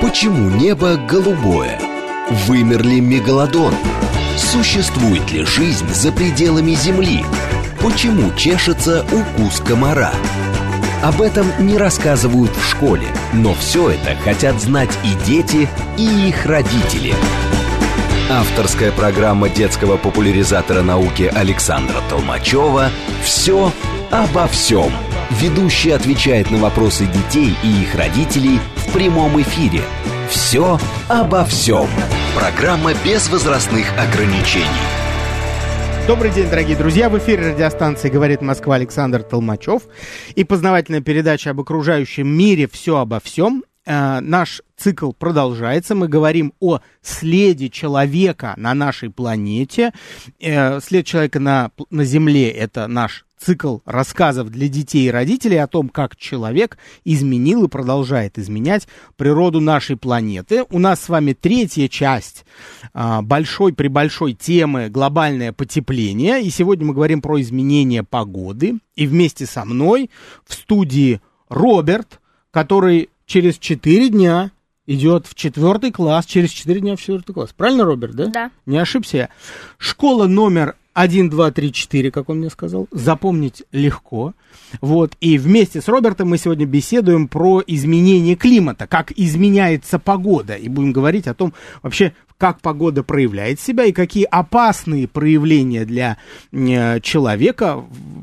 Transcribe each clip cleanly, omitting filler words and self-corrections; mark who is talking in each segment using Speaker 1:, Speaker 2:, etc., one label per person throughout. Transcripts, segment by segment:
Speaker 1: Почему небо голубое? Вымер ли мегалодон? Существует ли жизнь за пределами Земли? Почему чешется укус комара? Об этом не рассказывают в школе, но все это хотят знать и дети, и их родители. Авторская программа детского популяризатора науки Александра Толмачева «Все обо всем». Ведущий отвечает на вопросы детей и их родителей в прямом эфире. «Все обо всем». Программа без возрастных ограничений.
Speaker 2: Добрый день, дорогие друзья. В эфире радиостанции «Говорит Москва» Александр Толмачев. И познавательная передача об окружающем мире «Все обо всем». Наш цикл продолжается. Мы говорим о следе человека на нашей планете. След человека на Земле — это наш цикл рассказов для детей и родителей о том, как человек изменил и продолжает изменять природу нашей планеты. У нас с вами третья часть большой темы «Глобальное потепление». И сегодня мы говорим про изменение погоды. И вместе со мной в студии Роберт, который через 4 дня идет в 4 класс. Через 4 дня в 4 класс. Правильно, Роберт, да?
Speaker 3: Да.
Speaker 2: Не ошибся я. Школа номер 1, 2, 3, 4, как он мне сказал. Запомнить легко. Вот. И вместе с Робертом мы сегодня беседуем про изменение климата, как изменяется погода. И будем говорить о том, вообще, как погода проявляет себя и какие опасные проявления для человека,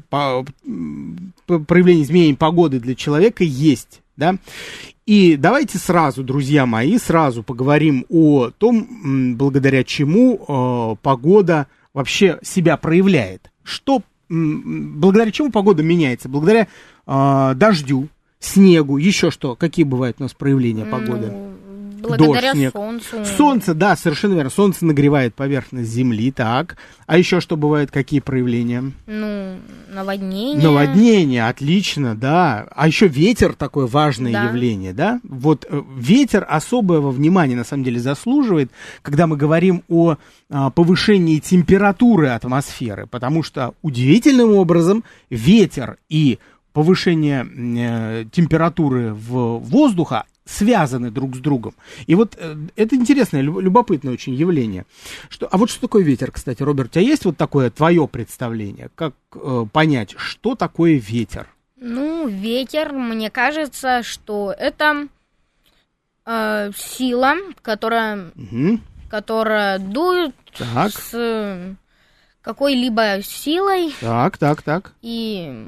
Speaker 2: проявления изменения погоды для человека есть. Да? И давайте сразу, друзья мои, сразу поговорим о том, благодаря чему погода вообще себя проявляет. Благодаря чему погода меняется? Благодаря дождю, снегу, еще что? Какие бывают у нас проявления погоды?
Speaker 3: Благодаря
Speaker 2: Дождь,
Speaker 3: солнцу.
Speaker 2: Солнце, да, совершенно верно. Солнце нагревает поверхность Земли, так. А еще что бывает, какие проявления?
Speaker 3: Наводнение.
Speaker 2: Наводнение, отлично, да. А еще ветер, такое важное явление, да. Вот ветер особого внимания, на самом деле, заслуживает, когда мы говорим о повышении температуры атмосферы, потому что удивительным образом ветер и повышение температуры воздуха связаны друг с другом. И вот это интересное, любопытное очень явление. А вот что такое ветер, кстати, Роберт, у тебя есть вот такое твое представление? Как понять, что такое ветер?
Speaker 3: Ветер, мне кажется, что это сила, которая дует с какой-либо силой.
Speaker 2: Так.
Speaker 3: И...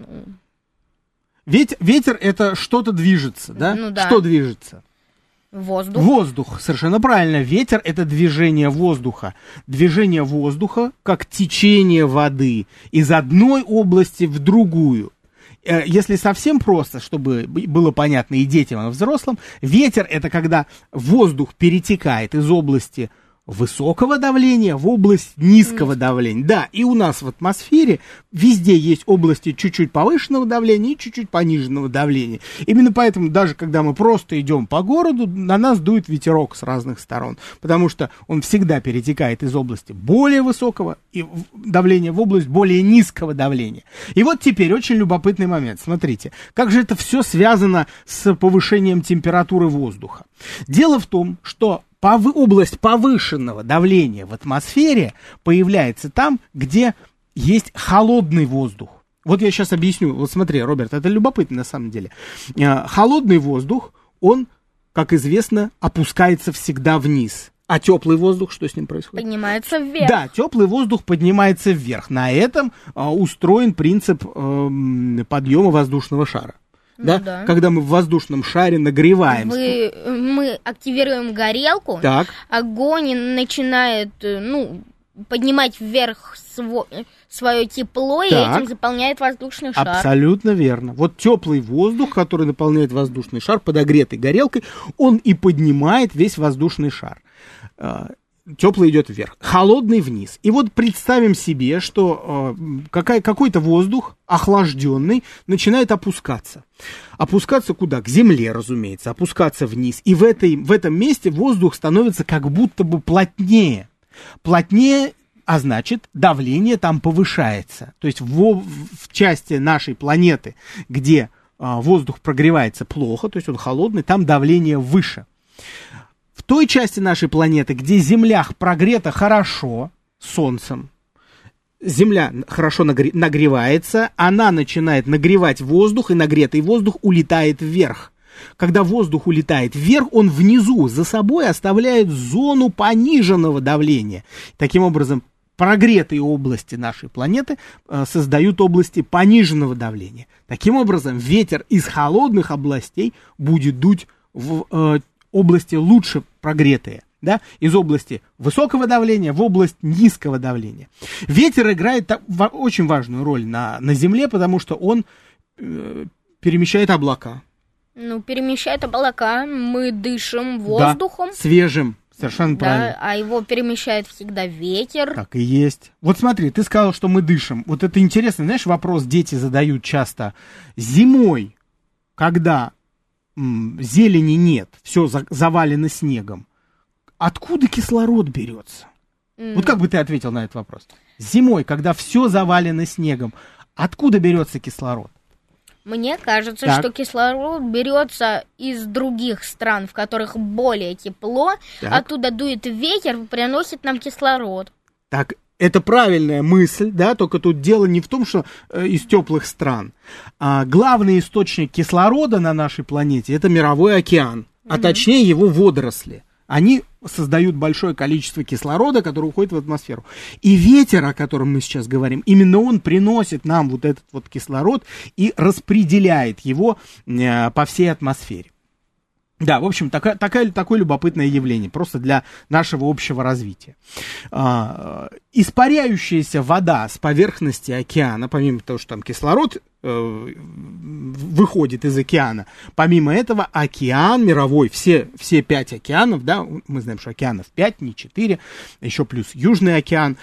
Speaker 2: Ветер — это что-то движется, да?
Speaker 3: Да.
Speaker 2: Что движется?
Speaker 3: Воздух.
Speaker 2: Воздух, совершенно правильно. Ветер — это движение воздуха. Движение воздуха, как течение воды из одной области в другую. Если совсем просто, чтобы было понятно и детям, и взрослым, ветер — это когда воздух перетекает из области высокого давления в область низкого давления. Да, и у нас в атмосфере везде есть области чуть-чуть повышенного давления и чуть-чуть пониженного давления. Именно поэтому даже когда мы просто идем по городу, на нас дует ветерок с разных сторон, потому что он всегда перетекает из области более высокого давления в область более низкого давления. И вот теперь очень любопытный момент. Смотрите, как же это все связано с повышением температуры воздуха. Дело в том, что область повышенного давления в атмосфере появляется там, где есть холодный воздух. Вот я сейчас объясню. Вот смотри, Роберт, это любопытно на самом деле. Холодный воздух, он, как известно, опускается всегда вниз. А теплый воздух, что с ним происходит?
Speaker 3: Поднимается вверх.
Speaker 2: Да, теплый воздух поднимается вверх. На этом устроен принцип подъема воздушного шара. Да? Когда мы в воздушном шаре нагреваем.
Speaker 3: Мы активируем горелку,
Speaker 2: так.
Speaker 3: Огонь начинает поднимать вверх свое тепло, и этим заполняет воздушный шар.
Speaker 2: Абсолютно верно. Вот теплый воздух, который наполняет воздушный шар, подогретый горелкой, он и поднимает весь воздушный шар. Теплый идет вверх, холодный вниз. И вот представим себе, что какой-то воздух, охлажденный, начинает опускаться. Опускаться куда? К земле, разумеется, опускаться вниз. И в этом месте воздух становится как будто бы плотнее. Плотнее, а значит, давление там повышается. То есть в части нашей планеты, где воздух прогревается плохо, то есть он холодный, там давление выше. той части нашей планеты, где Земля прогрета хорошо Солнцем, Земля хорошо нагревается, она начинает нагревать воздух, и нагретый воздух улетает вверх. Когда воздух улетает вверх, он внизу за собой оставляет зону пониженного давления. Таким образом, прогретые области нашей планеты создают области пониженного давления. Таким образом, ветер из холодных областей будет дуть в области лучше прогретые. Да, из области высокого давления в область низкого давления. Ветер играет очень важную роль на Земле, потому что он перемещает облака.
Speaker 3: Ну, перемещает облака, мы дышим воздухом.
Speaker 2: Да, свежим, совершенно правильно.
Speaker 3: А его перемещает всегда ветер.
Speaker 2: Так и есть. Вот смотри, ты сказал, что мы дышим. Вот это интересный, знаешь, вопрос дети задают часто. Зимой, когда зелени нет, все завалено снегом, откуда кислород берется? Вот как бы ты ответил на этот вопрос? Зимой, когда все завалено снегом, откуда берется кислород?
Speaker 3: Мне кажется, что кислород берется из других стран, в которых более тепло. Оттуда дует ветер, приносит нам кислород. Так,
Speaker 2: это правильная мысль, да, только тут дело не в том, что из теплых стран. Главный источник кислорода на нашей планете — это мировой океан, а точнее его водоросли. Они создают большое количество кислорода, который уходит в атмосферу. И ветер, о котором мы сейчас говорим, именно он приносит нам вот этот вот кислород и распределяет его по всей атмосфере. Да, в общем, такое любопытное явление, просто для нашего общего развития. Испаряющаяся вода с поверхности океана, помимо того, что там кислород выходит из океана, помимо этого океан мировой, все 5 океанов, да, мы знаем, что океанов 5, не 4, еще плюс Южный океан,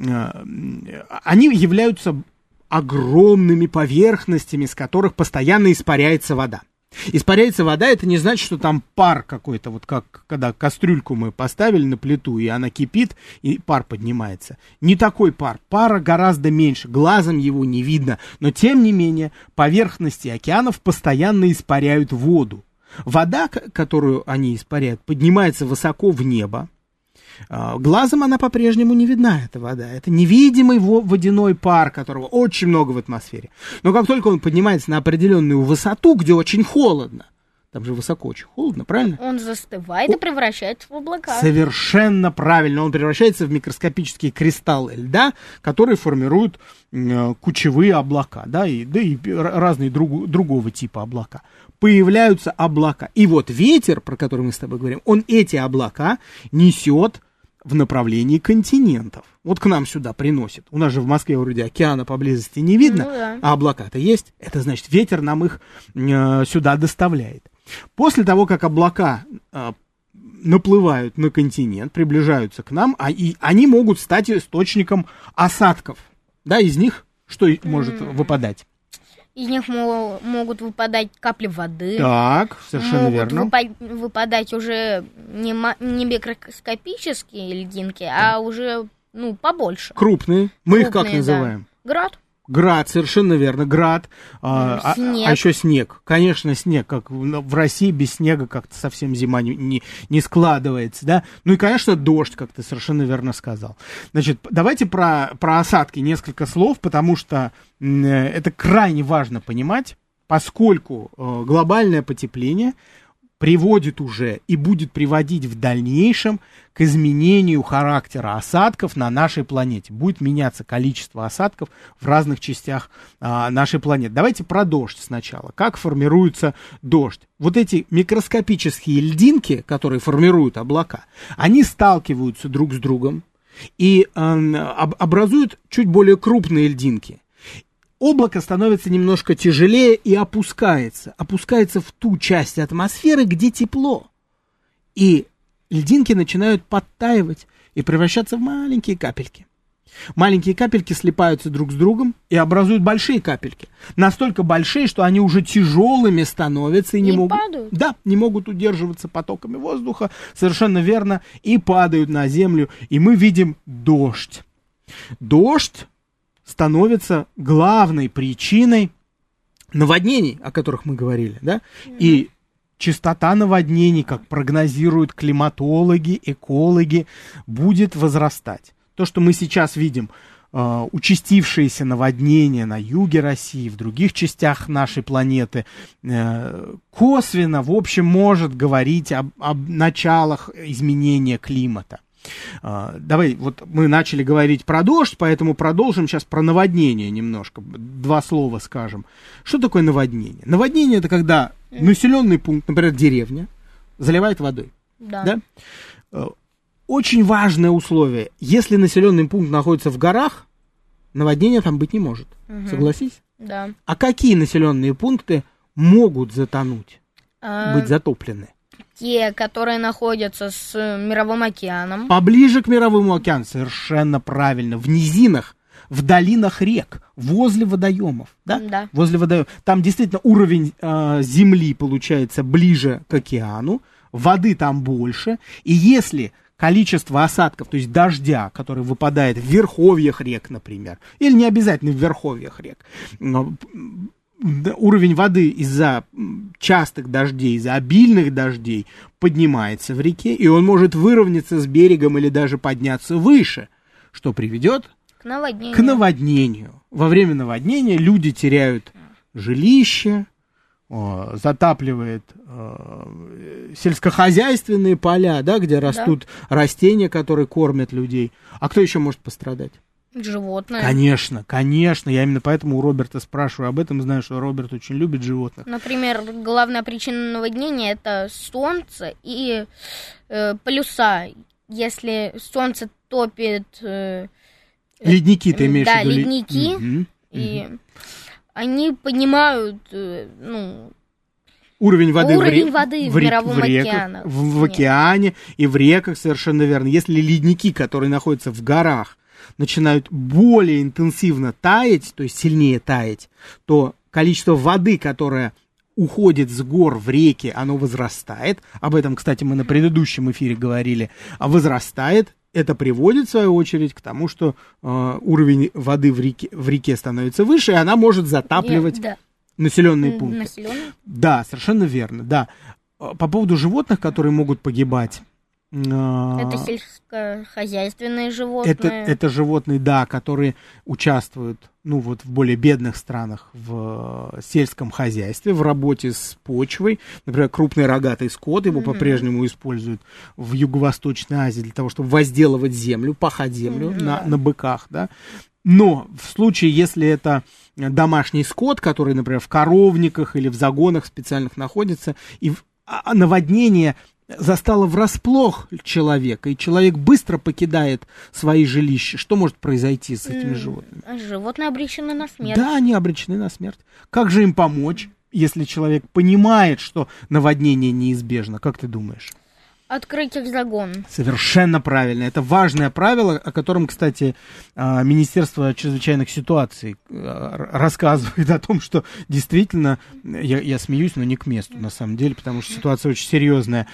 Speaker 2: они являются огромными поверхностями, с которых постоянно испаряется вода. Испаряется вода, это не значит, что там пар какой-то, вот как когда кастрюльку мы поставили на плиту, и она кипит, и пар поднимается. Не такой пар, пара гораздо меньше, глазом его не видно, но тем не менее поверхности океанов постоянно испаряют воду. Вода, которую они испаряют, поднимается высоко в небо. Глазом она по-прежнему не видна, эта вода. Это невидимый водяной пар, которого очень много в атмосфере. Но как только он поднимается на определенную высоту, где очень холодно, там же высоко очень холодно, правильно?
Speaker 3: Он застывает и превращается в облака.
Speaker 2: Совершенно правильно. Он превращается в микроскопические кристаллы льда, которые формируют кучевые облака, да, и разные другого типа облака. Появляются облака. И вот ветер, про который мы с тобой говорим, он эти облака несет в направлении континентов. Вот к нам сюда приносит. У нас же в Москве вроде океана поблизости не видно, а облака-то есть. Это значит, ветер нам их сюда доставляет. После того, как облака наплывают на континент, приближаются к нам, они могут стать источником осадков. Да, из них что может выпадать?
Speaker 3: Из них могут выпадать капли воды.
Speaker 2: Так, совершенно верно.
Speaker 3: Могут выпадать уже не микроскопические льдинки, а уже побольше.
Speaker 2: Крупные. Мы их как называем?
Speaker 3: Да. Град.
Speaker 2: Град, совершенно верно, град.
Speaker 3: Снег.
Speaker 2: А еще снег. Конечно, снег, как в России без снега как-то совсем зима не складывается, да. Ну и, конечно, дождь, как ты совершенно верно сказал. Значит, давайте про осадки несколько слов, потому что это крайне важно понимать, поскольку глобальное потепление приводит уже и будет приводить в дальнейшем к изменению характера осадков на нашей планете. Будет меняться количество осадков в разных частях нашей планеты. Давайте про дождь сначала. Как формируется дождь? Вот эти микроскопические льдинки, которые формируют облака, они сталкиваются друг с другом и образуют чуть более крупные льдинки. Облако становится немножко тяжелее и опускается в ту часть атмосферы, где тепло. И льдинки начинают подтаивать и превращаться в маленькие капельки. Маленькие капельки слипаются друг с другом и образуют большие капельки. Настолько большие, что они уже тяжелыми становятся и не могут удерживаться потоками воздуха, совершенно верно, и падают на землю, и мы видим дождь. Дождь становится главной причиной наводнений, о которых мы говорили, да, и частота наводнений, как прогнозируют климатологи, экологи, будет возрастать. То, что мы сейчас видим, участившиеся наводнения на юге России, в других частях нашей планеты, косвенно, в общем, может говорить об началах изменения климата. Давай, вот мы начали говорить про дождь, поэтому продолжим сейчас про наводнение немножко. 2 слова скажем. Что такое наводнение? Наводнение — это когда населенный пункт, например, деревня, заливает водой. Да? Очень важное условие. Если населенный пункт находится в горах, наводнения там быть не может. Согласись?
Speaker 3: Да.
Speaker 2: А какие населенные пункты могут затонуть, быть затоплены?
Speaker 3: Те, которые находятся с Мировым океаном.
Speaker 2: Поближе к Мировому океану, совершенно правильно. В низинах, в долинах рек, возле водоемов. Да?
Speaker 3: Да.
Speaker 2: Возле водоемов. Там действительно уровень земли получается ближе к океану, воды там больше. И если количество осадков, то есть дождя, который выпадает в верховьях рек, например, или не обязательно в верховьях рек, уровень воды из-за частых дождей, из-за обильных дождей поднимается в реке, и он может выровняться с берегом или даже подняться выше, что приведет к наводнению. Во время наводнения люди теряют жилище, затапливает сельскохозяйственные поля, да, где растут растения, которые кормят людей. А кто еще может пострадать?
Speaker 3: Животные.
Speaker 2: Конечно, конечно. Я именно поэтому у Роберта спрашиваю об этом. Знаю, что Роберт очень любит животных.
Speaker 3: Например, главная причина наводнения — это солнце и полюса. Если солнце топит...
Speaker 2: ледники ты имеешь в виду?
Speaker 3: Да, ледники. И они поднимают...
Speaker 2: Уровень воды
Speaker 3: в Мировом океане.
Speaker 2: В океане и в реках, совершенно верно. Если ледники, которые находятся в горах, начинают более интенсивно таять, то есть сильнее таять, то количество воды, которое уходит с гор в реки, оно возрастает. Об этом, кстати, мы на предыдущем эфире говорили. Возрастает. Это приводит, в свою очередь, к тому, что уровень воды в реке становится выше, и она может затапливать населенные пункты. Да, совершенно верно. Да. По поводу животных, которые могут погибать.
Speaker 3: Это сельскохозяйственные животные.
Speaker 2: Это животные, да, которые участвуют, в более бедных странах в сельском хозяйстве, в работе с почвой. Например, крупный рогатый скот, его по-прежнему используют в Юго-Восточной Азии для того, чтобы возделывать землю, пахать землю на быках, да. Но в случае, если это домашний скот, который, например, в коровниках или в загонах специальных находится, и наводнение застало врасплох человека, и человек быстро покидает свои жилища, что может произойти с этими животными?
Speaker 3: Животные обречены на смерть.
Speaker 2: Да, они обречены на смерть. Как же им помочь, если человек понимает, что наводнение неизбежно? Как ты думаешь?
Speaker 3: Открыть их загон.
Speaker 2: Совершенно правильно. Это важное правило, о котором, кстати, Министерство чрезвычайных ситуаций рассказывает о том, что действительно, я смеюсь, но не к месту, на самом деле, потому что ситуация очень серьезная.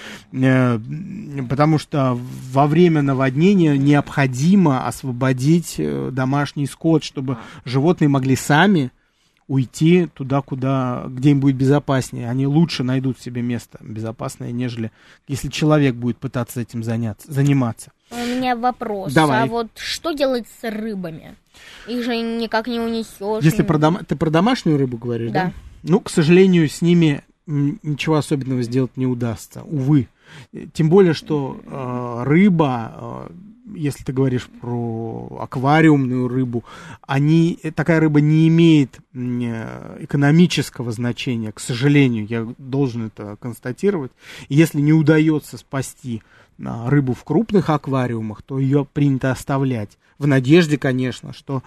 Speaker 2: Потому что во время наводнения необходимо освободить домашний скот, чтобы животные могли сами уйти туда, где им будет безопаснее. Они лучше найдут себе место безопасное, нежели если человек будет пытаться этим заниматься.
Speaker 3: У меня вопрос.
Speaker 2: Давай.
Speaker 3: А вот что делать с рыбами? Их же никак не унесешь.
Speaker 2: Если ты про домашнюю рыбу говоришь,
Speaker 3: да?
Speaker 2: К сожалению, с ними ничего особенного сделать не удастся. Увы. Тем более, что рыба... Если ты говоришь про аквариумную рыбу, такая рыба не имеет экономического значения, к сожалению, я должен это констатировать. И если не удается спасти рыбу в крупных аквариумах, то ее принято оставлять. В надежде, конечно, что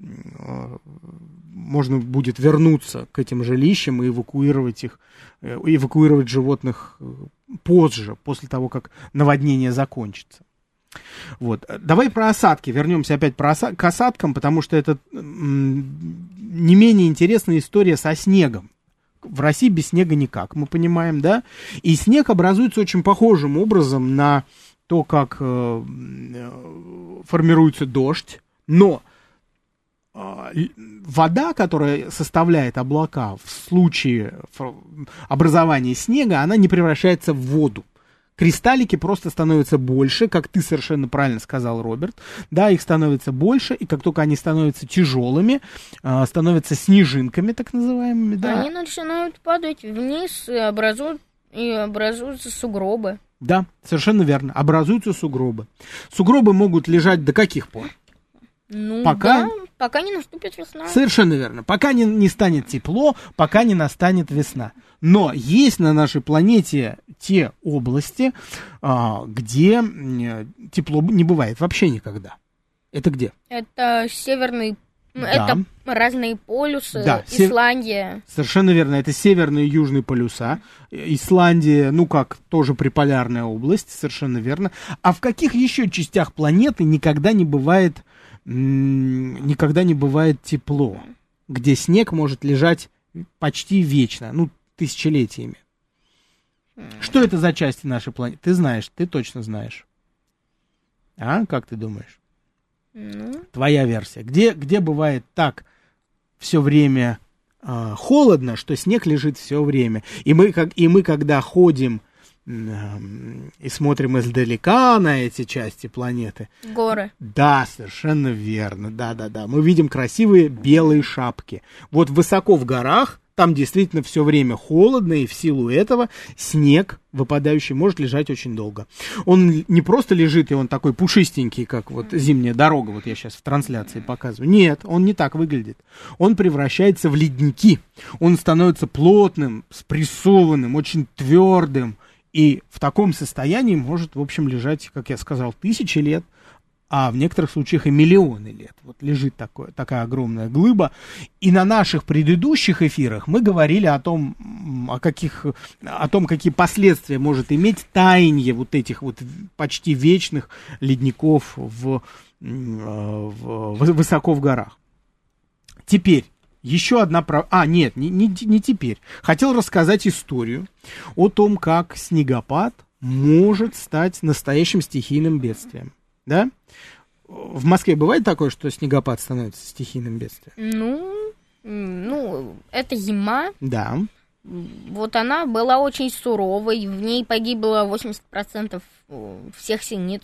Speaker 2: можно будет вернуться к этим жилищам и эвакуировать животных позже, после того, как наводнение закончится. Вот. Давай про осадки. Вернемся опять к осадкам, потому что это не менее интересная история со снегом. В России без снега никак, мы понимаем, да? И снег образуется очень похожим образом на то, как формируется дождь, но вода, которая составляет облака в случае образования снега, она не превращается в воду. Кристаллики просто становятся больше, как ты совершенно правильно сказал, Роберт. Да, их становится больше, и как только они становятся тяжелыми, становятся снежинками, так называемыми. Да.
Speaker 3: Они начинают падать вниз и образуются сугробы.
Speaker 2: Да, совершенно верно. Образуются сугробы. Сугробы могут лежать до каких пор?
Speaker 3: Пока не наступит весна.
Speaker 2: Совершенно верно. Пока не станет тепло, пока не настанет весна. Но есть на нашей планете те области, где тепло не бывает вообще никогда. Это где?
Speaker 3: Это северный... Да. Это разные полюсы, да, Исландия.
Speaker 2: Совершенно верно, это северные и южные полюса. Исландия, как тоже приполярная область, совершенно верно. А в каких еще частях планеты никогда не бывает тепло? Где снег может лежать почти вечно, тысячелетиями. Что это за части нашей планеты? Ты знаешь, ты точно знаешь. А, как ты думаешь? Твоя версия. Где бывает так все время холодно, что снег лежит все время? И мы когда ходим и смотрим издалека на эти части планеты...
Speaker 3: Горы.
Speaker 2: Да, совершенно верно. Да. Мы видим красивые белые шапки. Вот высоко в горах там действительно все время холодно, и в силу этого снег, выпадающий, может лежать очень долго. Он не просто лежит, и он такой пушистенький, как вот зимняя дорога, вот я сейчас в трансляции показываю. Нет, он не так выглядит. Он превращается в ледники. Он становится плотным, спрессованным, очень твердым. И в таком состоянии может, в общем, лежать, как я сказал, тысячи лет, а в некоторых случаях и миллионы лет. Вот лежит такая огромная глыба. И на наших предыдущих эфирах мы говорили о том, какие последствия может иметь таяние вот этих вот почти вечных ледников высоко в горах. Теперь еще одна... не теперь. Хотел рассказать историю о том, как снегопад может стать настоящим стихийным бедствием. Да? В Москве бывает такое, что снегопад становится стихийным бедствием?
Speaker 3: Это зима.
Speaker 2: Да.
Speaker 3: Вот она была очень суровой, в ней погибло 80% всех синиц.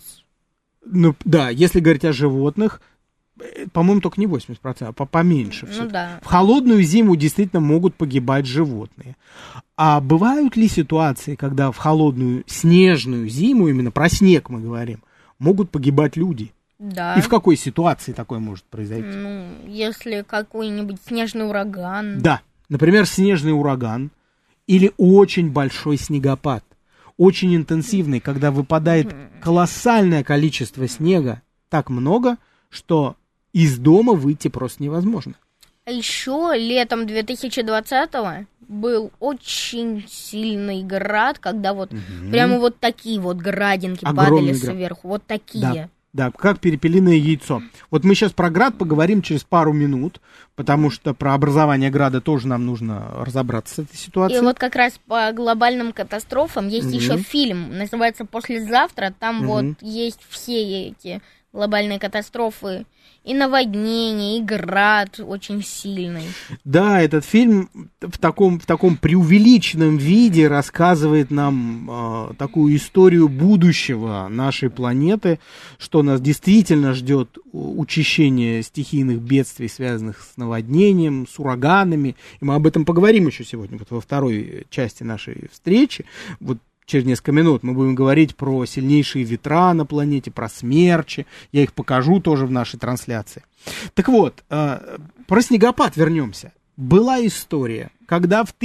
Speaker 2: Да, если говорить о животных, по-моему, только не 80%, а поменьше.
Speaker 3: Да.
Speaker 2: В холодную зиму действительно могут погибать животные. А бывают ли ситуации, когда в холодную снежную зиму, именно про снег мы говорим, могут погибать люди?
Speaker 3: Да.
Speaker 2: И в какой ситуации такое может произойти?
Speaker 3: Если какой-нибудь снежный ураган.
Speaker 2: Да, например, снежный ураган или очень большой снегопад, очень интенсивный, когда выпадает колоссальное количество снега, так много, что из дома выйти просто невозможно.
Speaker 3: А еще летом 2020-го был очень сильный град, когда прямо вот такие вот градинки падали сверху, вот такие.
Speaker 2: Да, как перепелиное яйцо. Вот мы сейчас про град поговорим через пару минут, потому что про образование града тоже нам нужно разобраться с этой ситуацией.
Speaker 3: И вот как раз по глобальным катастрофам есть еще фильм, называется «Послезавтра». Там вот есть все эти глобальные катастрофы, и наводнение, и град очень сильный.
Speaker 2: Да, этот фильм в таком преувеличенном виде рассказывает нам такую историю будущего нашей планеты, что нас действительно ждет учащение стихийных бедствий, связанных с наводнением, с ураганами. И мы об этом поговорим еще сегодня, вот во второй части нашей встречи. Вот через несколько минут мы будем говорить про сильнейшие ветра на планете, про смерчи. Я их покажу тоже в нашей трансляции. Так вот, про снегопад вернемся. Была история, когда в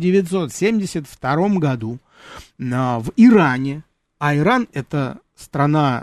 Speaker 2: 1972 году в Иране, а Иран это страна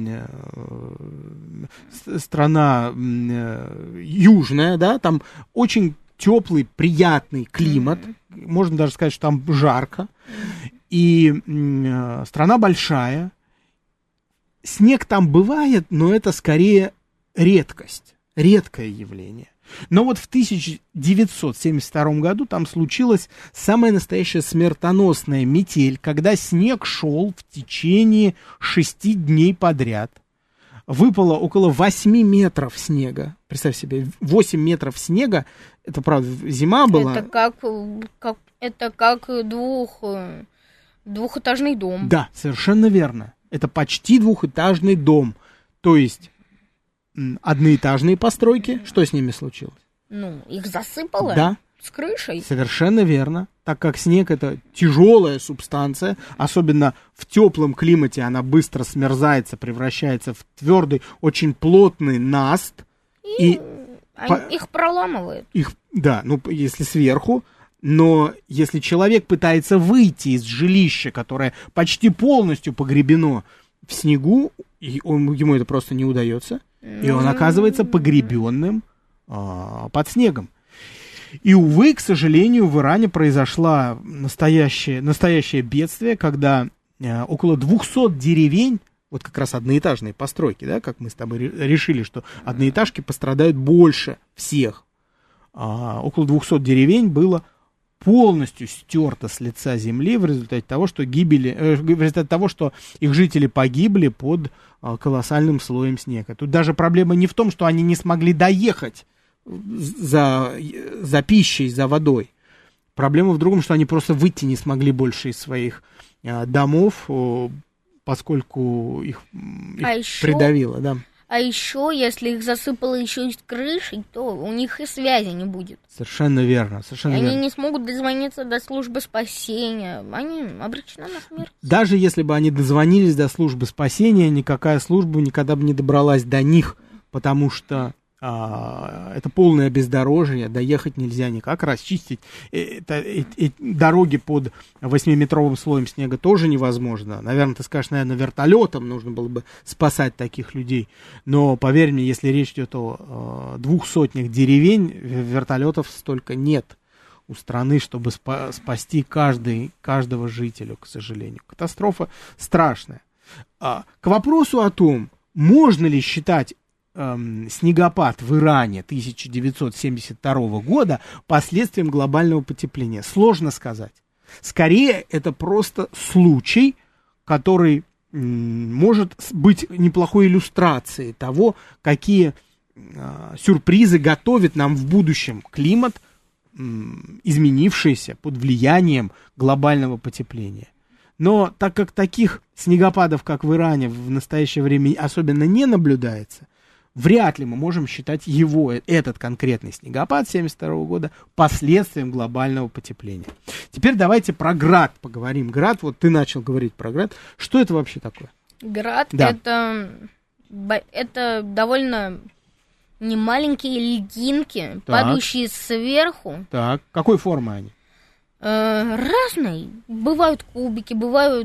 Speaker 2: южная, да, там очень теплый, приятный климат. Можно даже сказать, что там жарко. И страна большая, снег там бывает, но это скорее редкость, редкое явление. Но вот в 1972 году там случилась самая настоящая смертоносная метель, когда снег шел в течение 6 дней подряд. выпало около 8 метров снега. Представь себе, 8 метров снега, это, правда, зима была.
Speaker 3: Это как двухэтажный дом.
Speaker 2: Да, совершенно верно. Это почти двухэтажный дом. То есть одноэтажные постройки, что с ними случилось?
Speaker 3: Ну, их засыпало?
Speaker 2: Да.
Speaker 3: С крышей?
Speaker 2: Совершенно верно. Так как снег — это тяжелая субстанция, особенно в теплом климате она быстро смерзается, превращается в твердый, очень плотный наст.
Speaker 3: Их проламывают.
Speaker 2: Да, ну если сверху. Но если человек пытается выйти из жилища, которое почти полностью погребено в снегу, ему это просто не удается, и он оказывается погребенным под снегом. И, увы, к сожалению, в Иране произошло настоящее бедствие, когда около 200 деревень, вот как раз одноэтажные постройки, да, как мы с тобой решили, что одноэтажки пострадают больше всех, около 200 деревень было полностью стерто с лица земли в результате того, что их жители погибли под колоссальным слоем снега. Тут даже проблема не в том, что они не смогли доехать за пищей, за водой. Проблема в другом, что они просто выйти не смогли больше из своих домов, поскольку их придавило, да.
Speaker 3: А еще, если их засыпало еще и с крышей, то у них и связи не будет.
Speaker 2: Совершенно верно, совершенно верно.
Speaker 3: Они не смогут дозвониться до службы спасения, они обречены на смерть.
Speaker 2: Даже если бы они дозвонились до службы спасения, никакая служба никогда бы не добралась до них, потому что это полное бездорожье, доехать нельзя никак, расчистить дороги под 8-метровым слоем снега тоже невозможно. Наверное, ты скажешь, вертолетом нужно было бы спасать таких людей, но поверь мне, если речь идет о 200 деревень, вертолетов столько нет у страны, чтобы спасти каждого жителя, к сожалению. Катастрофа страшная. К вопросу о том, можно ли считать снегопад в Иране 1972 года последствием глобального потепления. Сложно сказать. Скорее, это просто случай, который может быть неплохой иллюстрацией того, какие сюрпризы готовит нам в будущем климат, изменившийся под влиянием глобального потепления. Но так как таких снегопадов, как в Иране, в настоящее время особенно не наблюдается, вряд ли мы можем считать этот конкретный снегопад 1972 года последствием глобального потепления. Теперь давайте про град поговорим. Град, вот ты начал говорить про град. Что это вообще такое?
Speaker 3: Град, да. Это довольно немаленькие льдинки, падающие сверху. Так,
Speaker 2: какой формы они?
Speaker 3: Разные. Бывают кубики, бывают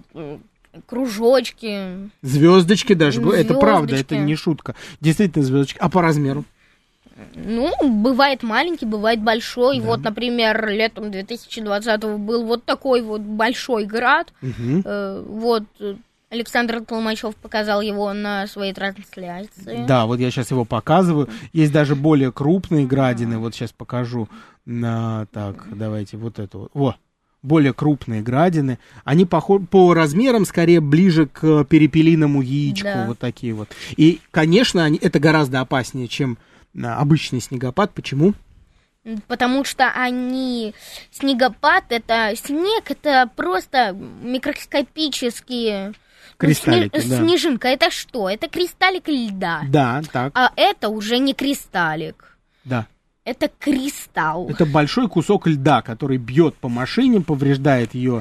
Speaker 3: кружочки.
Speaker 2: Звездочки даже. Это правда, это не шутка. Действительно звездочки. А по размеру?
Speaker 3: Ну, бывает маленький, бывает большой. Да. Вот, например, летом 2020-го был вот такой вот большой град. Вот Александр Толмачев показал его на своей трансляции. Да, вот я сейчас его показываю. Есть даже более крупные градины. Вот сейчас покажу. Так, давайте вот это вот. Более крупные градины. Они по размерам скорее ближе к перепелиному яичку. Да. Вот такие вот. И, конечно, это гораздо опаснее, чем обычный снегопад. Почему? Потому что снегопад, это снег, это просто микроскопические... Кристаллики, снежинка, это что? Это кристаллик льда. Да, так. А это уже не кристаллик. Да. Это кристалл. Это большой кусок льда, который бьет по машине, повреждает ее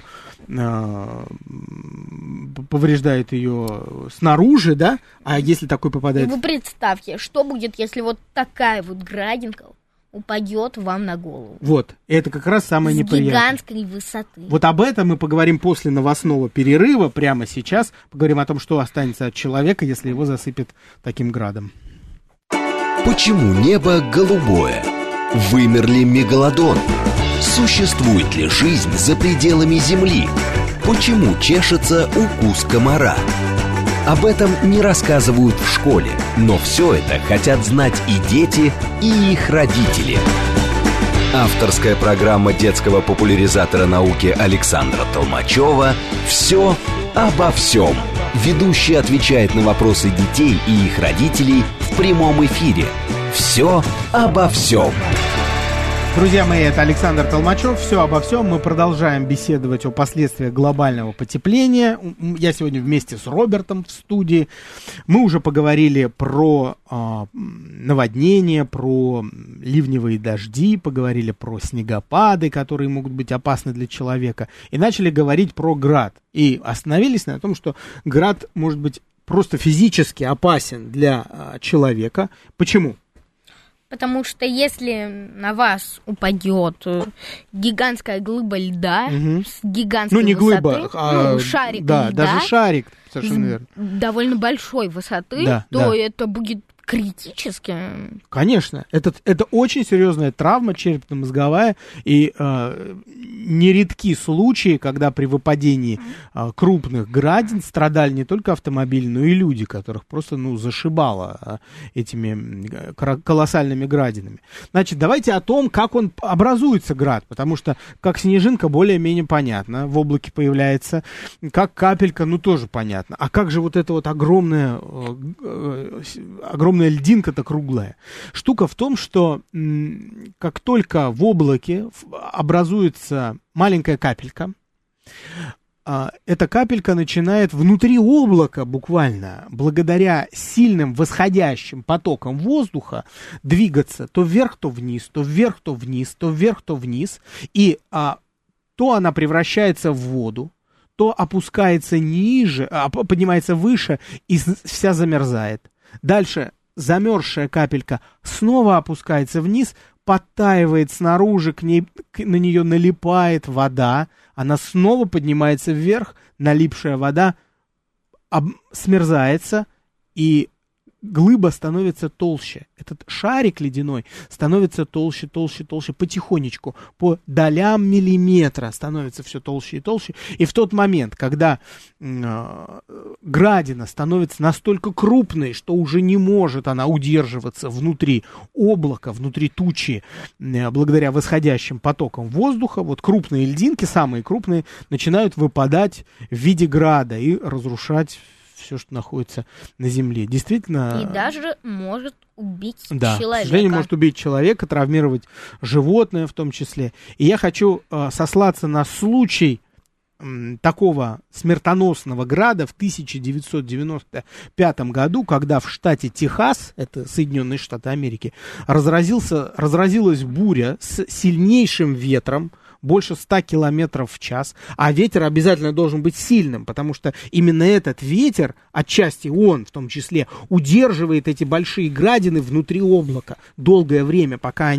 Speaker 3: снаружи, да? А если такой попадает... Вы представьте, что будет, если вот такая вот градинка упадет вам на голову. Вот, это как раз самое неприятное. С гигантской высоты. Вот об этом мы поговорим после новостного перерыва. Прямо сейчас поговорим о том, что останется от человека, если его засыпет таким градом.
Speaker 1: Почему небо голубое? Вымер ли мегалодон? Существует ли жизнь за пределами Земли? Почему чешется укус комара? Об этом не рассказывают в школе, но все это хотят знать и дети, и их родители. Авторская программа детского популяризатора науки Александра Толмачева «Все обо всем». Ведущий отвечает на вопросы детей и их родителей в прямом эфире. Все обо всем.
Speaker 2: Друзья мои, это Александр Толмачев. Все обо всем. Мы продолжаем беседовать о последствиях глобального потепления. Я сегодня вместе с Робертом в студии. Мы уже поговорили про наводнения, про ливневые дожди, поговорили про снегопады, которые могут быть опасны для человека, и начали говорить про град. И остановились на том, что град может быть просто физически опасен для человека. Почему?
Speaker 3: Потому что если на вас упадет гигантская глыба льда с гигантской
Speaker 2: не
Speaker 3: высоты,
Speaker 2: глыба,
Speaker 3: шарик
Speaker 2: да,
Speaker 3: льда,
Speaker 2: даже шарик, совершенно верно,
Speaker 3: довольно большой высоты, то это будет критически.
Speaker 2: Конечно, это очень серьезная травма черепно-мозговая, и нередки случаи, когда при выпадении крупных градин страдали не только автомобили, но и люди, которых просто зашибало этими колоссальными градинами. Значит, давайте о том, как он образуется, град, потому что как снежинка более-менее понятно, в облаке появляется, как капелька, тоже понятно. А как же вот эта вот огромная льдинка-то круглая? Штука в том, что как только в облаке образуется маленькая капелька, эта капелька начинает внутри облака буквально, благодаря сильным восходящим потокам воздуха, двигаться то вверх, то вниз, то вверх, то вниз, то вверх, то вниз, и то она превращается в воду, то опускается ниже, поднимается выше и вся замерзает. Дальше замерзшая капелька снова опускается вниз, подтаивает снаружи, на нее налипает вода, она снова поднимается вверх, налипшая вода смерзается, и глыба становится толще. Этот шарик ледяной становится толще, толще, толще, потихонечку, по долям миллиметра становится все толще и толще. И в тот момент, когда градина становится настолько крупной, что уже не может она удерживаться внутри облака, внутри тучи, благодаря восходящим потокам воздуха, вот крупные льдинки, самые крупные, начинают выпадать в виде града и разрушать все, что находится на земле. Действительно.
Speaker 3: И даже может убить
Speaker 2: человека.
Speaker 3: К
Speaker 2: сожалению, может убить человека, травмировать животное в том числе. И я хочу сослаться на случай такого смертоносного града в 1995 году, когда в штате Техас, это Соединенные Штаты Америки, разразилась буря с сильнейшим ветром, больше 100 километров в час, а ветер обязательно должен быть сильным, потому что именно этот ветер, отчасти он в том числе, удерживает эти большие градины внутри облака долгое время, пока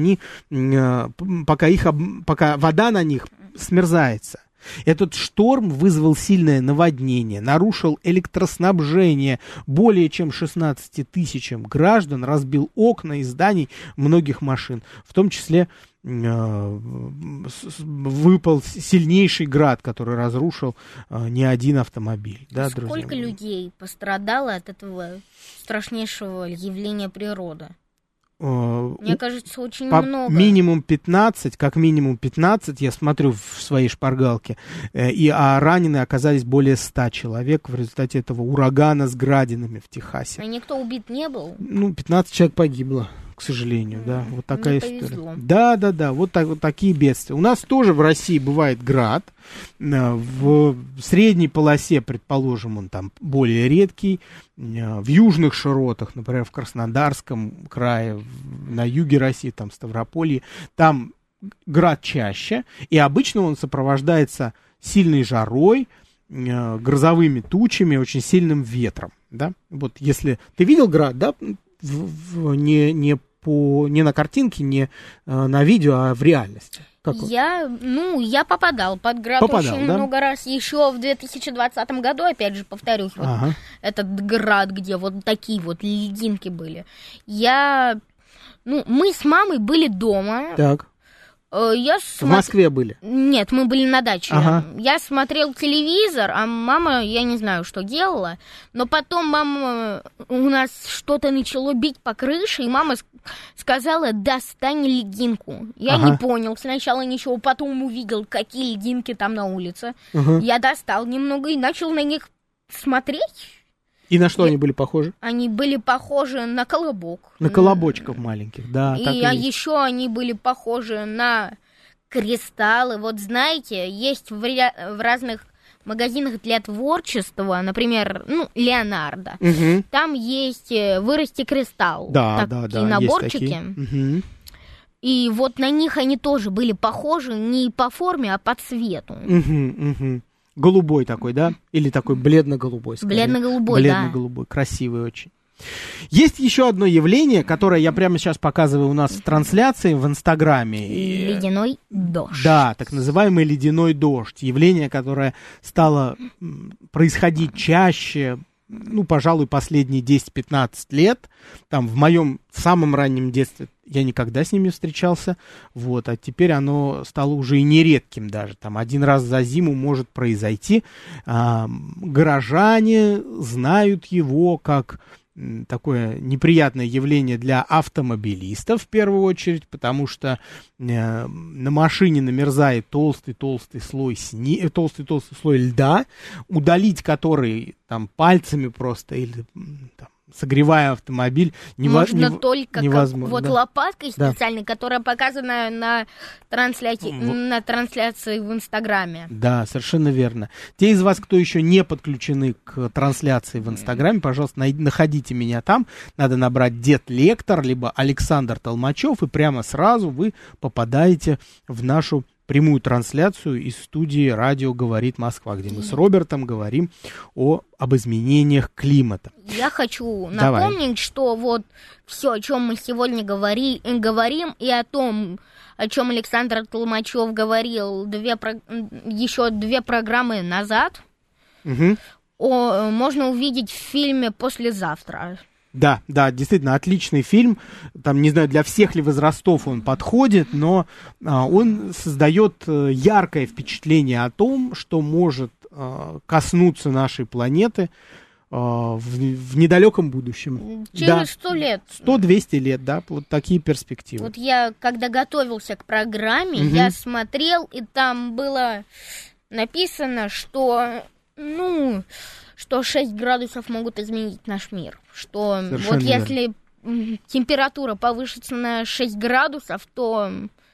Speaker 2: вода на них смерзается. Этот шторм вызвал сильное наводнение, нарушил электроснабжение более чем 16 тысячам граждан, разбил окна и зданий многих машин, в том числе выпал сильнейший град, который разрушил не один автомобиль. Да,
Speaker 3: сколько людей пострадало от этого страшнейшего явления природы? Мне кажется, очень много.
Speaker 2: Минимум 15, как минимум 15, я смотрю в своей шпаргалке, а ранены оказались более 100 человек в результате этого урагана с градинами в Техасе.
Speaker 3: А никто убит не был?
Speaker 2: 15 человек погибло, к сожалению, да, вот такая история. Да, вот такие бедствия. У нас тоже в России бывает град, в средней полосе, предположим, он там более редкий, в южных широтах, например, в Краснодарском крае, на юге России, там Ставрополье, там град чаще, и обычно он сопровождается сильной жарой, грозовыми тучами, очень сильным ветром, да, вот если ты видел град, да, не на картинке, не на видео, а в реальности.
Speaker 3: Я попадал под град очень много раз. Еще в 2020 году, опять же, повторюсь, вот этот град, где вот такие вот лединки были. Мы с мамой были дома.
Speaker 2: Так. В Москве были?
Speaker 3: Нет, мы были на даче. Я смотрел телевизор, а мама, я не знаю, что делала, но потом у нас что-то начало бить по крыше, и мама сказала: достань льдинку. Я не понял сначала ничего, потом увидел, какие льдинки там на улице. Я достал немного и начал на них смотреть.
Speaker 2: И на что они были похожи?
Speaker 3: Они были похожи на колобок.
Speaker 2: На колобочков маленьких, да.
Speaker 3: И
Speaker 2: так и
Speaker 3: еще они были похожи на кристаллы. Вот знаете, есть в разных магазинах для творчества, например, Леонардо.
Speaker 2: Угу.
Speaker 3: Там есть «Вырасти кристалл».
Speaker 2: Да,
Speaker 3: такие наборчики.
Speaker 2: Есть такие. Угу.
Speaker 3: И вот на них они тоже были похожи не по форме, а по цвету.
Speaker 2: Угу. Голубой такой, да? Или такой бледно-голубой?
Speaker 3: Бледно-голубой,
Speaker 2: бледно-голубой, красивый очень. Есть еще одно явление, которое я прямо сейчас показываю у нас в трансляции в Инстаграме.
Speaker 3: Ледяной дождь.
Speaker 2: Да, так называемый ледяной дождь. Явление, которое стало происходить чаще, пожалуй, последние 10-15 лет. Там в моем самом раннем детстве я никогда с ними встречался, а теперь оно стало уже и нередким даже. Там один раз за зиму может произойти. Горожане знают его как такое неприятное явление для автомобилистов в первую очередь, потому что на машине намерзает толстый слой льда, удалить который там пальцами просто или там, согревая автомобиль,
Speaker 3: можно только
Speaker 2: невозможно.
Speaker 3: Вот лопаткой специальной, которая показана на трансляции в Инстаграме.
Speaker 2: Да, совершенно верно. Те из вас, кто еще не подключены к трансляции в Инстаграме, пожалуйста, находите меня там. Надо набрать Дед Лектор, либо Александр Толмачев, и прямо сразу вы попадаете в нашу прямую трансляцию из студии «Радио говорит Москва», где мы с Робертом говорим об изменениях климата.
Speaker 3: Я хочу напомнить, что вот все, о чем мы сегодня говорим, и о том, о чем Александр Толмачев говорил еще 2 программы назад, можно увидеть в фильме «Послезавтра».
Speaker 2: Да, действительно, отличный фильм. Там, не знаю, для всех ли возрастов он подходит, но он создает яркое впечатление о том, что может коснуться нашей планеты в недалеком будущем.
Speaker 3: Через 100 лет.
Speaker 2: 100-200 лет, да, вот такие перспективы.
Speaker 3: Вот я, когда готовился к программе, я смотрел, и там было написано, что 6 градусов могут изменить наш мир. Что
Speaker 2: совершенно
Speaker 3: вот если температура повысится на 6 градусов, то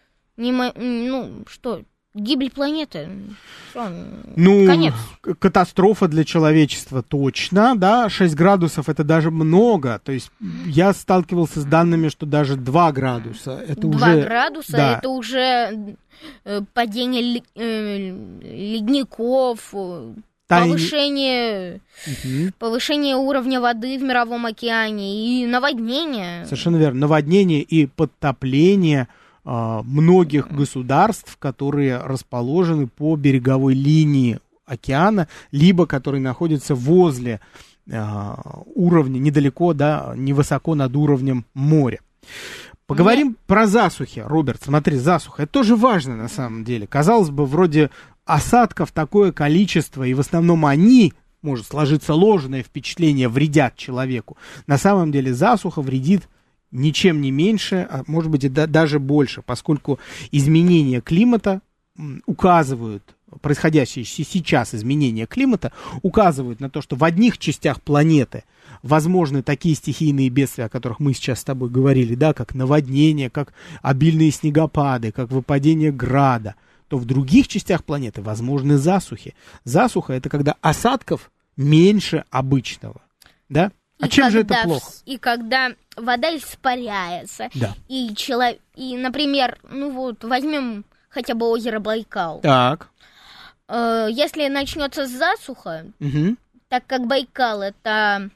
Speaker 3: гибель планеты. Конец.
Speaker 2: Катастрофа для человечества точно, да, 6 градусов это даже много. То есть я сталкивался с данными, что даже 2 градуса. Это
Speaker 3: 2 градуса, это уже падение ледников, повышение уровня воды в Мировом океане и наводнение.
Speaker 2: Совершенно верно. Наводнение и подтопление многих государств, которые расположены по береговой линии океана, либо которые находятся возле уровня, недалеко, невысоко над уровнем моря. Поговорим про засухи, Роберт. Смотри, засуха. Это тоже важно на самом деле. Казалось бы, вроде осадков такое количество, и в основном они, может сложиться ложное впечатление, вредят человеку. На самом деле засуха вредит ничем не меньше, а может быть и даже больше, поскольку изменения климата указывают, происходящие сейчас изменения климата указывают на то, что в одних частях планеты возможны такие стихийные бедствия, о которых мы сейчас с тобой говорили, да, как наводнение, как обильные снегопады, как выпадение града, то в других частях планеты возможны засухи. Засуха — это когда осадков меньше обычного, да? А чем же это плохо?
Speaker 3: И когда вода испаряется,
Speaker 2: да.
Speaker 3: И, например, возьмем хотя бы озеро Байкал.
Speaker 2: Так.
Speaker 3: Если начнется засуха, так как Байкал — это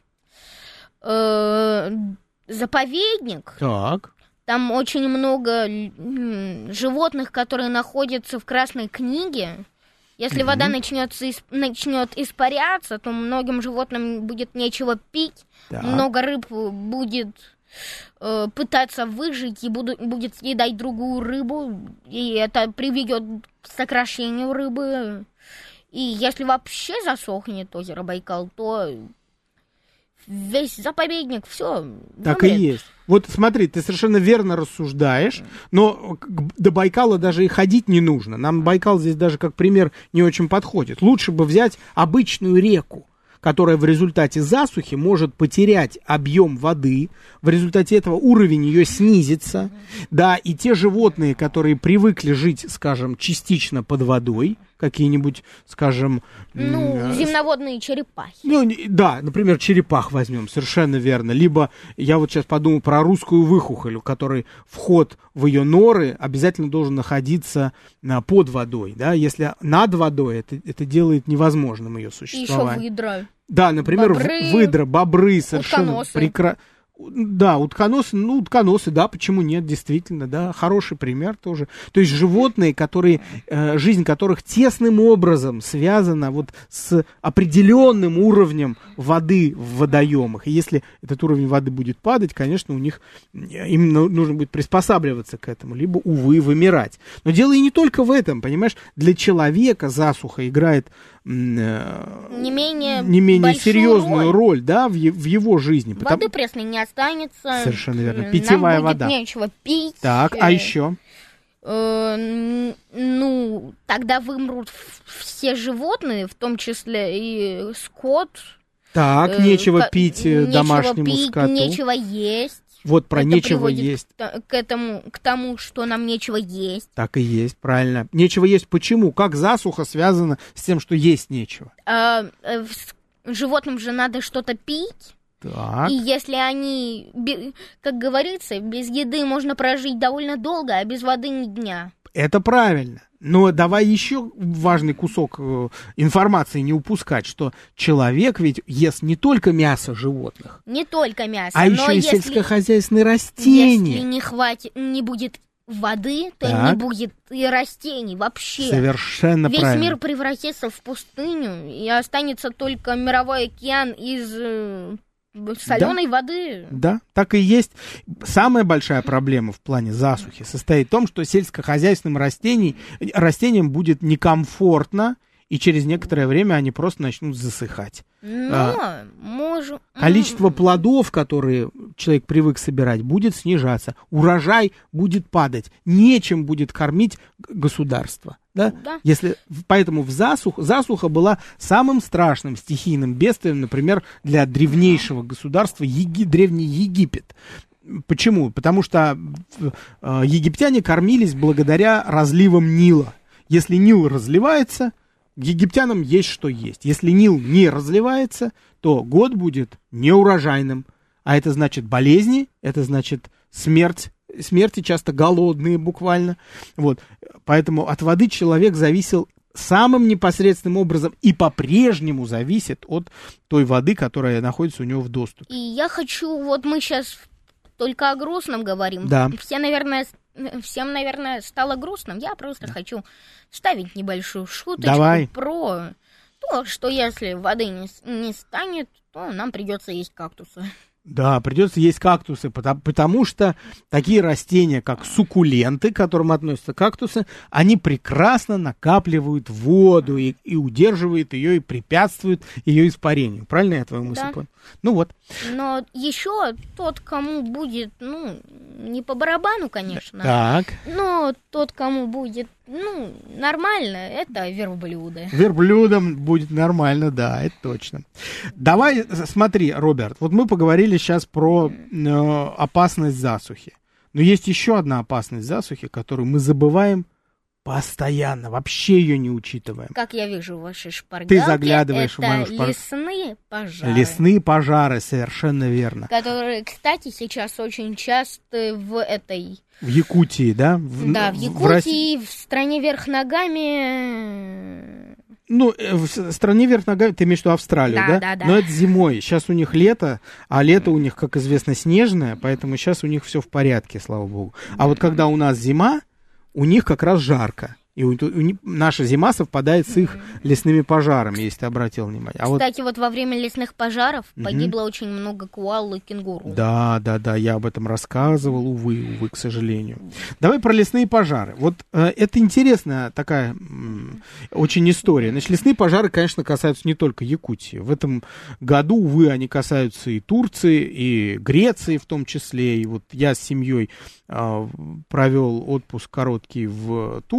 Speaker 3: заповедник,
Speaker 2: так.
Speaker 3: Там очень много животных, которые находятся в Красной книге. Если вода начнет испаряться, то многим животным будет нечего пить, много рыб будет пытаться выжить и будет съедать другую рыбу, и это приведет к сокращению рыбы. И если вообще засохнет озеро Байкал, то весь заповедник, все.
Speaker 2: Так и есть. Вот смотри, ты совершенно верно рассуждаешь, но до Байкала даже и ходить не нужно. Нам Байкал здесь даже как пример не очень подходит. Лучше бы взять обычную реку, которая в результате засухи может потерять объем воды, в результате этого уровень ее снизится, да, и те животные, которые привыкли жить, скажем, частично под водой, какие-нибудь, скажем...
Speaker 3: земноводные черепахи.
Speaker 2: Да, например, черепах возьмем, совершенно верно. Либо я вот сейчас подумал про русскую выхухоль, у которой вход в ее норы обязательно должен находиться под водой, да, если над водой, это делает невозможным ее существование.
Speaker 3: И еще выдра.
Speaker 2: Да, например, выдра, бобры, совершенно прекрасно. Да, утконосы, да, почему нет, действительно, да, хороший пример тоже. То есть животные, которые, жизнь которых тесным образом связана вот с определенным уровнем воды в водоемах. И если этот уровень воды будет падать, конечно, им нужно будет приспосабливаться к этому, либо, увы, вымирать. Но дело и не только в этом, понимаешь, для человека засуха играет не менее серьезную роль, да, в его жизни.
Speaker 3: Воды пресной не останется.
Speaker 2: Совершенно верно. Питьевая вода.
Speaker 3: Нам будет нечего пить.
Speaker 2: Так, а еще?
Speaker 3: Тогда вымрут все животные, в том числе и скот.
Speaker 2: Так, нечего пить домашнему скоту.
Speaker 3: Нечего есть.
Speaker 2: Вот про это нечего есть.
Speaker 3: К тому, что нам нечего есть.
Speaker 2: Так и есть, правильно. Нечего есть почему? Как засуха связана с тем, что есть нечего?
Speaker 3: Животным же надо что-то пить.
Speaker 2: Так.
Speaker 3: И если они, как говорится, без еды можно прожить довольно долго, а без воды ни дня.
Speaker 2: Это правильно. Но давай еще важный кусок информации не упускать, что человек ведь ест не только мясо животных.
Speaker 3: Не только мясо,
Speaker 2: а еще и сельскохозяйственные растения.
Speaker 3: Если не будет воды, то и не будет и растений вообще.
Speaker 2: Совершенно правильно.
Speaker 3: Весь мир превратится в пустыню, и останется только мировой океан из соленой воды.
Speaker 2: Да, так и есть. Самая большая проблема в плане засухи состоит в том, что сельскохозяйственным растениям будет некомфортно, и через некоторое время они просто начнут засыхать. Количество плодов, которые человек привык собирать, будет снижаться. Урожай будет падать. Нечем будет кормить государство. Да?
Speaker 3: Да.
Speaker 2: Поэтому засуха была самым страшным стихийным бедствием, например, для древнейшего государства Древний Египет. Почему? Потому что египтяне кормились благодаря разливам Нила. Если Нил разливается, египтянам есть что есть. Если Нил не разливается, то год будет неурожайным. А это значит болезни, это значит смерти часто голодные буквально. Вот. Поэтому от воды человек зависел самым непосредственным образом и по-прежнему зависит от той воды, которая находится у него в доступе.
Speaker 3: И я хочу, вот мы сейчас только о грустном говорим.
Speaker 2: Да.
Speaker 3: Всем, наверное, стало грустным. Я просто хочу вставить небольшую шуточку про то, что если воды не станет, то нам придется есть кактусы.
Speaker 2: Да, придется есть кактусы, потому что такие растения, как суккуленты, к которым относятся кактусы, они прекрасно накапливают воду и удерживают ее, и препятствуют ее испарению. Правильно я твою мысль понял? Ну вот.
Speaker 3: Но еще тот, кому будет, не по барабану, конечно.
Speaker 2: Так.
Speaker 3: Но тот, кому будет, нормально, это верблюды.
Speaker 2: Верблюдам будет нормально, да, это точно. Давай, смотри, Роберт, вот мы поговорили сейчас про опасность засухи. Но есть еще одна опасность засухи, которую мы забываем постоянно, вообще ее не учитываем.
Speaker 3: Как я вижу в вашей шпаргалке,
Speaker 2: ты заглядываешь в мою шпаргалку.
Speaker 3: Лесные пожары.
Speaker 2: Лесные пожары, совершенно верно.
Speaker 3: Которые, кстати, сейчас очень часто в
Speaker 2: Якутии, да?
Speaker 3: Да, в Якутии, в стране вверх ногами.
Speaker 2: В стране вверх ногами, ты имеешь в виду Австралию, да?
Speaker 3: Да.
Speaker 2: Но это зимой. Сейчас у них лето, а лето у них, как известно, снежное, поэтому сейчас у них все в порядке, слава богу. А вот когда у нас зима, у них как раз жарко. И наша зима совпадает с их лесными пожарами, если ты обратил внимание.
Speaker 3: Кстати, вот во время лесных пожаров погибло очень много коал и кенгуру.
Speaker 2: Да, я об этом рассказывал, увы, к сожалению. Давай про лесные пожары. Вот это интересная такая очень история. Значит, лесные пожары, конечно, касаются не только Якутии. В этом году, увы, они касаются и Турции, и Греции в том числе. И вот я с семьей провел отпуск короткий в Турции, мы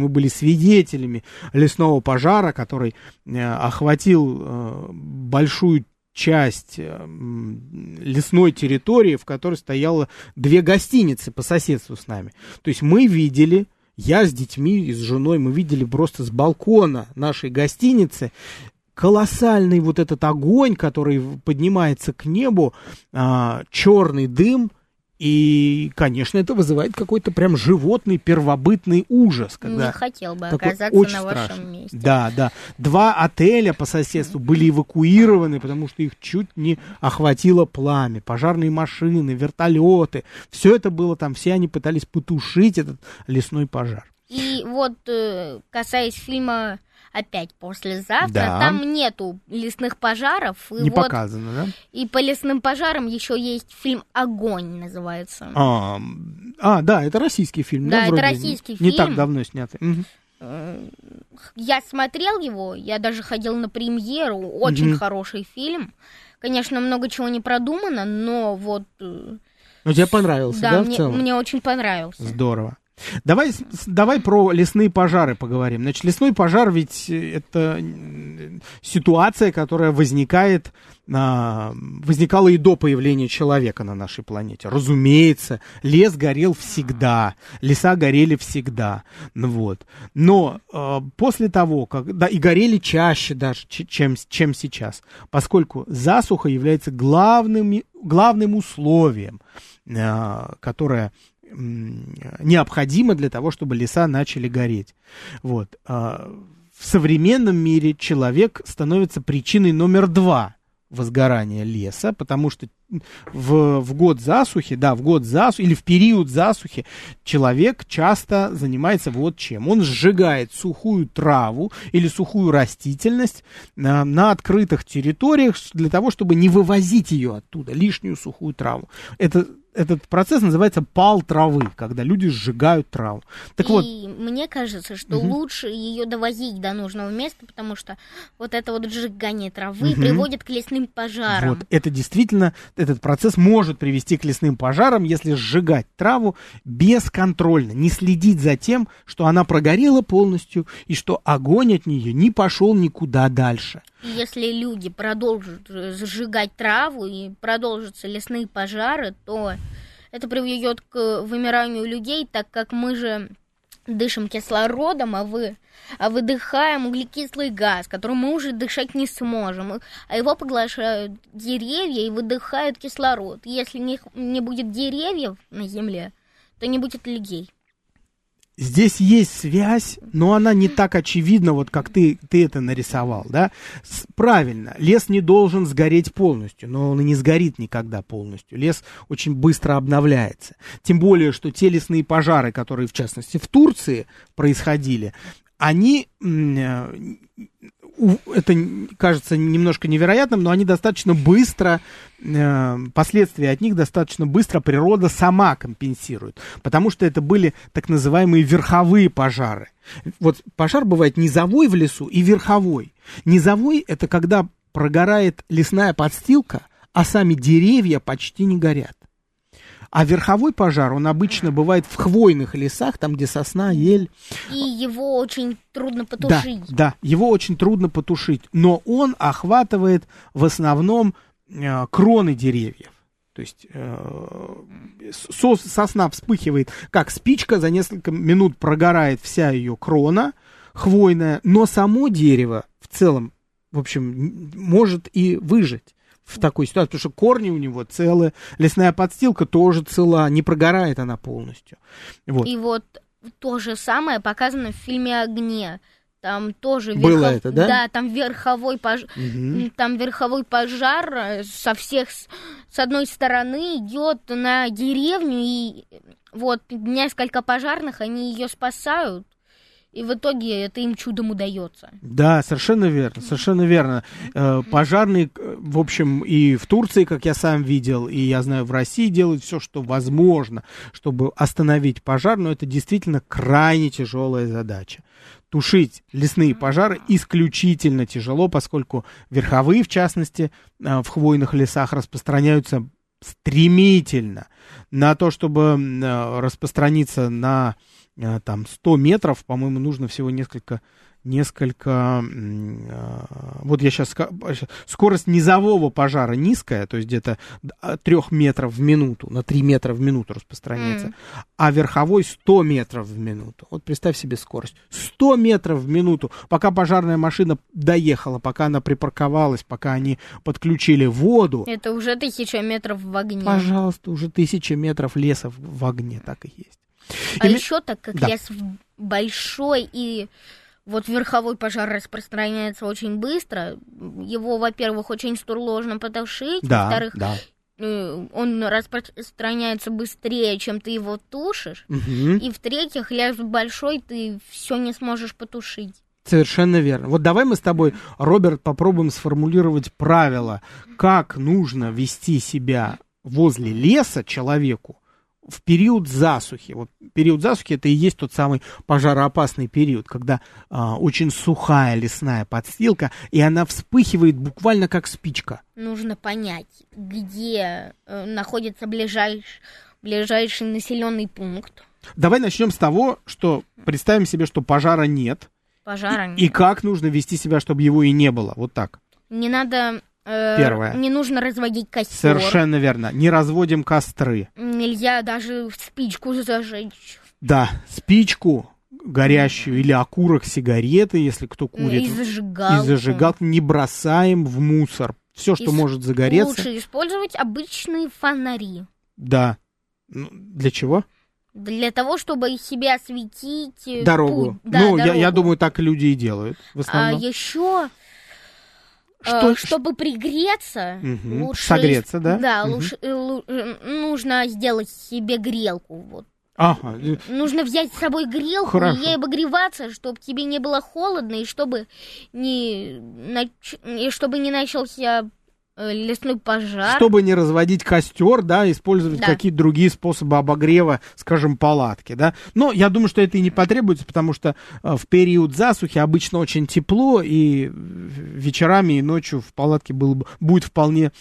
Speaker 2: мы были свидетелями лесного пожара, который охватил большую часть лесной территории, в которой стояло 2 гостиницы по соседству с нами. То есть мы видели, я с детьми и с женой, мы видели просто с балкона нашей гостиницы колоссальный вот этот огонь, который поднимается к небу, черный дым. И, конечно, это вызывает какой-то прям животный, первобытный ужас. Когда
Speaker 3: не хотел бы оказаться на вашем
Speaker 2: страшно.
Speaker 3: месте.
Speaker 2: Да, да. 2 отеля по соседству были эвакуированы, потому что их чуть не охватило пламя. Пожарные машины, вертолеты. Все это было там, все они пытались потушить этот лесной пожар.
Speaker 3: И вот, касаясь фильма «Опять послезавтра»,
Speaker 2: да.
Speaker 3: Там нету лесных пожаров.
Speaker 2: Не вот, показано, да?
Speaker 3: И по лесным пожарам еще есть фильм «Огонь» называется.
Speaker 2: Да, это российский фильм.
Speaker 3: Да,
Speaker 2: да,
Speaker 3: это российский фильм.
Speaker 2: Не так давно снятый. Угу.
Speaker 3: Я смотрел его, я даже ходил на премьеру. Очень хороший фильм. Конечно, много чего не продумано, но вот...
Speaker 2: Но тебе понравился, да, в целом?
Speaker 3: Мне очень понравился.
Speaker 2: Здорово. Давай про лесные пожары поговорим. Значит, лесной пожар ведь это ситуация, которая возникала и до появления человека на нашей планете. Разумеется, лес горел всегда, леса горели всегда. Вот. Но после того, и горели чаще даже, чем сейчас, поскольку засуха является главным условием, которое необходимо для того, чтобы леса начали гореть. Вот. В современном мире человек становится причиной номер 2 возгорания леса, потому что в год засухи, или в период засухи человек часто занимается вот чем. Он сжигает сухую траву или сухую растительность на открытых территориях для того, чтобы не вывозить ее оттуда, лишнюю сухую траву. Этот процесс называется пал травы, когда люди сжигают траву.
Speaker 3: Мне кажется, что лучше ее довозить до нужного места, потому что вот это вот сжигание травы приводит к лесным пожарам.
Speaker 2: Вот, это действительно, этот процесс может привести к лесным пожарам, если сжигать траву бесконтрольно, не следить за тем, что она прогорела полностью и что огонь от нее не пошел никуда дальше.
Speaker 3: Если люди продолжат сжигать траву и продолжатся лесные пожары, то это приведет к вымиранию людей, так как мы же дышим кислородом, а выдыхаем углекислый газ, которым мы уже дышать не сможем. А его поглощают деревья и выдыхают кислород. Если не будет деревьев на Земле, то не будет людей.
Speaker 2: Здесь есть связь, но она не так очевидна, вот как ты это нарисовал, да? Правильно, лес не должен сгореть полностью, но он и не сгорит никогда полностью. Лес очень быстро обновляется. Тем более, что те лесные пожары, которые, в частности, в Турции происходили, они... Это кажется немножко невероятным, но они достаточно быстро, последствия от них достаточно быстро природа сама компенсирует, потому что это были так называемые верховые пожары. Вот пожар бывает низовой в лесу и верховой. Низовой — это когда прогорает лесная подстилка, а сами деревья почти не горят. А верховой пожар, он обычно бывает в хвойных лесах, там, где сосна, ель.
Speaker 3: И его очень трудно потушить.
Speaker 2: Да, его очень трудно потушить. Но он охватывает в основном кроны деревьев. То есть сосна вспыхивает как спичка, за несколько минут прогорает вся ее крона хвойная, но само дерево в целом, в общем, может и выжить в такой ситуации, потому что корни у него целые, лесная подстилка тоже цела, не прогорает она полностью. Вот.
Speaker 3: И вот то же самое показано в фильме «Огне». Там тоже
Speaker 2: было это, да?
Speaker 3: Да, там верховой пожар, там верховой пожар со всех, с одной стороны идет на деревню, и вот несколько пожарных, они ее спасают. И в итоге это им чудом удается.
Speaker 2: Да, совершенно верно, совершенно верно. Пожарные, в общем, и в Турции, как я сам видел, и я знаю, в России делают все, что возможно, чтобы остановить пожар, но это действительно крайне тяжелая задача. Тушить лесные пожары исключительно тяжело, поскольку верховые, в частности, в хвойных лесах распространяются стремительно. На то, чтобы распространиться на там 100 метров, по-моему, нужно всего несколько, вот я сейчас, скорость низового пожара низкая, то есть где-то 3 метров в минуту, на 3 метра в минуту распространяется, а верховой 100 метров в минуту. Вот представь себе скорость. 100 метров в минуту, пока пожарная машина доехала, пока она припарковалась, пока они подключили воду.
Speaker 3: Это уже 1000 метров в огне.
Speaker 2: Пожалуйста, уже 1000 метров леса в огне, так и есть.
Speaker 3: Еще так как лес большой и... Вот верховой пожар распространяется очень быстро. Его, во-первых, очень сложно потушить. Во-вторых, он распространяется быстрее, чем ты его тушишь. И в-третьих, лес большой, ты все не сможешь потушить.
Speaker 2: Совершенно верно. Вот давай мы с тобой, Роберт, попробуем сформулировать правила, как нужно вести себя возле леса человеку в период засухи. Вот период засухи — это и есть тот самый пожароопасный период, когда очень сухая лесная подстилка, и она вспыхивает буквально как спичка.
Speaker 3: Нужно понять, где находится ближайший населенный пункт.
Speaker 2: Давай начнем с того, что представим себе, что пожара нет. И как нужно вести себя, чтобы его и не было. Вот так.
Speaker 3: Не надо...
Speaker 2: Первое.
Speaker 3: Не нужно разводить костер.
Speaker 2: Совершенно верно. Не разводим костры.
Speaker 3: Нельзя даже спичку зажечь.
Speaker 2: Да, спичку горящую или окурок сигареты, если кто курит.
Speaker 3: И зажигалку.
Speaker 2: И зажигалку не бросаем в мусор. Все, что может загореться.
Speaker 3: Лучше использовать обычные фонари.
Speaker 2: Да. Для чего?
Speaker 3: Для того, чтобы себе осветить
Speaker 2: дорогу.
Speaker 3: Путь. Да, дорогу.
Speaker 2: Я думаю, так люди и делают в основном.
Speaker 3: А еще... чтобы пригреться, лучше...
Speaker 2: Согреться, да?
Speaker 3: Да, нужно сделать себе грелку. Вот.
Speaker 2: Ага.
Speaker 3: Нужно взять с собой грелку и ей обогреваться, чтобы тебе не было холодно, и чтобы не начался лесной пожар.
Speaker 2: Чтобы не разводить костер, да, использовать какие-то другие способы обогрева, скажем, палатки, да. Но я думаю, что это и не потребуется, потому что в период засухи обычно очень тепло, и вечерами и ночью в палатке будет вполне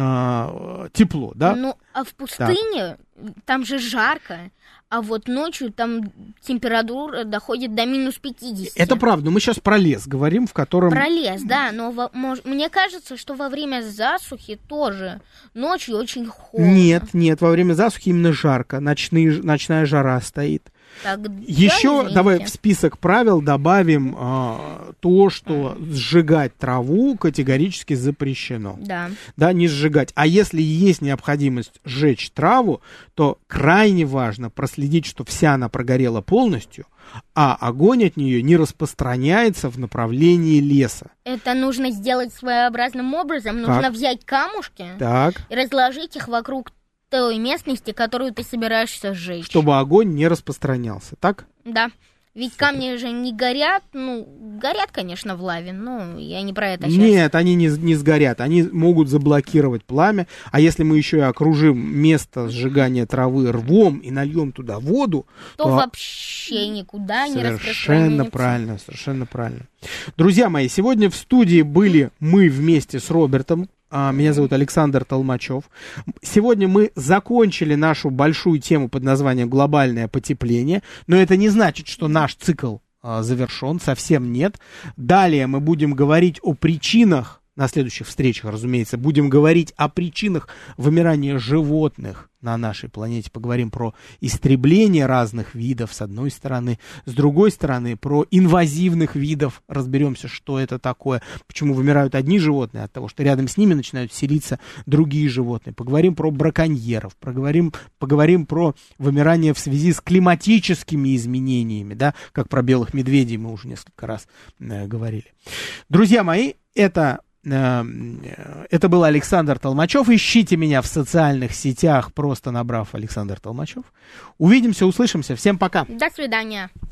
Speaker 2: тепло, да.
Speaker 3: Ну, а в пустыне там же жарко. А вот ночью там температура доходит до минус 50.
Speaker 2: Это правда, мы сейчас про лес говорим, в котором...
Speaker 3: Про лес, да, но мне кажется, что во время засухи тоже ночью очень холодно.
Speaker 2: Нет, во время засухи именно жарко, ночная жара стоит. Еще давай в список правил добавим то, что сжигать траву категорически запрещено. Да, не сжигать. А если есть необходимость сжечь траву, то крайне важно проследить, что вся она прогорела полностью, а огонь от нее не распространяется в направлении леса.
Speaker 3: Это нужно сделать своеобразным образом. Нужно взять камушки и разложить их вокруг той местности, которую ты собираешься сжечь.
Speaker 2: Чтобы огонь не распространялся, так?
Speaker 3: Да. Ведь камни же не горят, горят, конечно, в лаве, но я не про это сейчас.
Speaker 2: Нет, они не сгорят, они могут заблокировать пламя, а если мы еще и окружим место сжигания травы рвом и нальем туда воду,
Speaker 3: то вообще никуда не распространится.
Speaker 2: Совершенно правильно. Друзья мои, сегодня в студии были мы вместе с Робертом. Меня зовут Александр Толмачев. Сегодня мы закончили нашу большую тему под названием «Глобальное потепление», но это не значит, что наш цикл завершен, совсем нет. Далее мы будем говорить о причинах, на следующих встречах, разумеется, будем говорить о причинах вымирания животных на нашей планете. Поговорим про истребление разных видов, с одной стороны. С другой стороны, про инвазивных видов. Разберемся, что это такое, почему вымирают одни животные от того, что рядом с ними начинают селиться другие животные. Поговорим про браконьеров, поговорим про вымирание в связи с климатическими изменениями, да, как про белых медведей мы уже несколько раз говорили. Друзья мои, это был Александр Толмачев. Ищите меня в социальных сетях, просто набрав Александр Толмачев. Увидимся, услышимся. Всем пока.
Speaker 3: До свидания.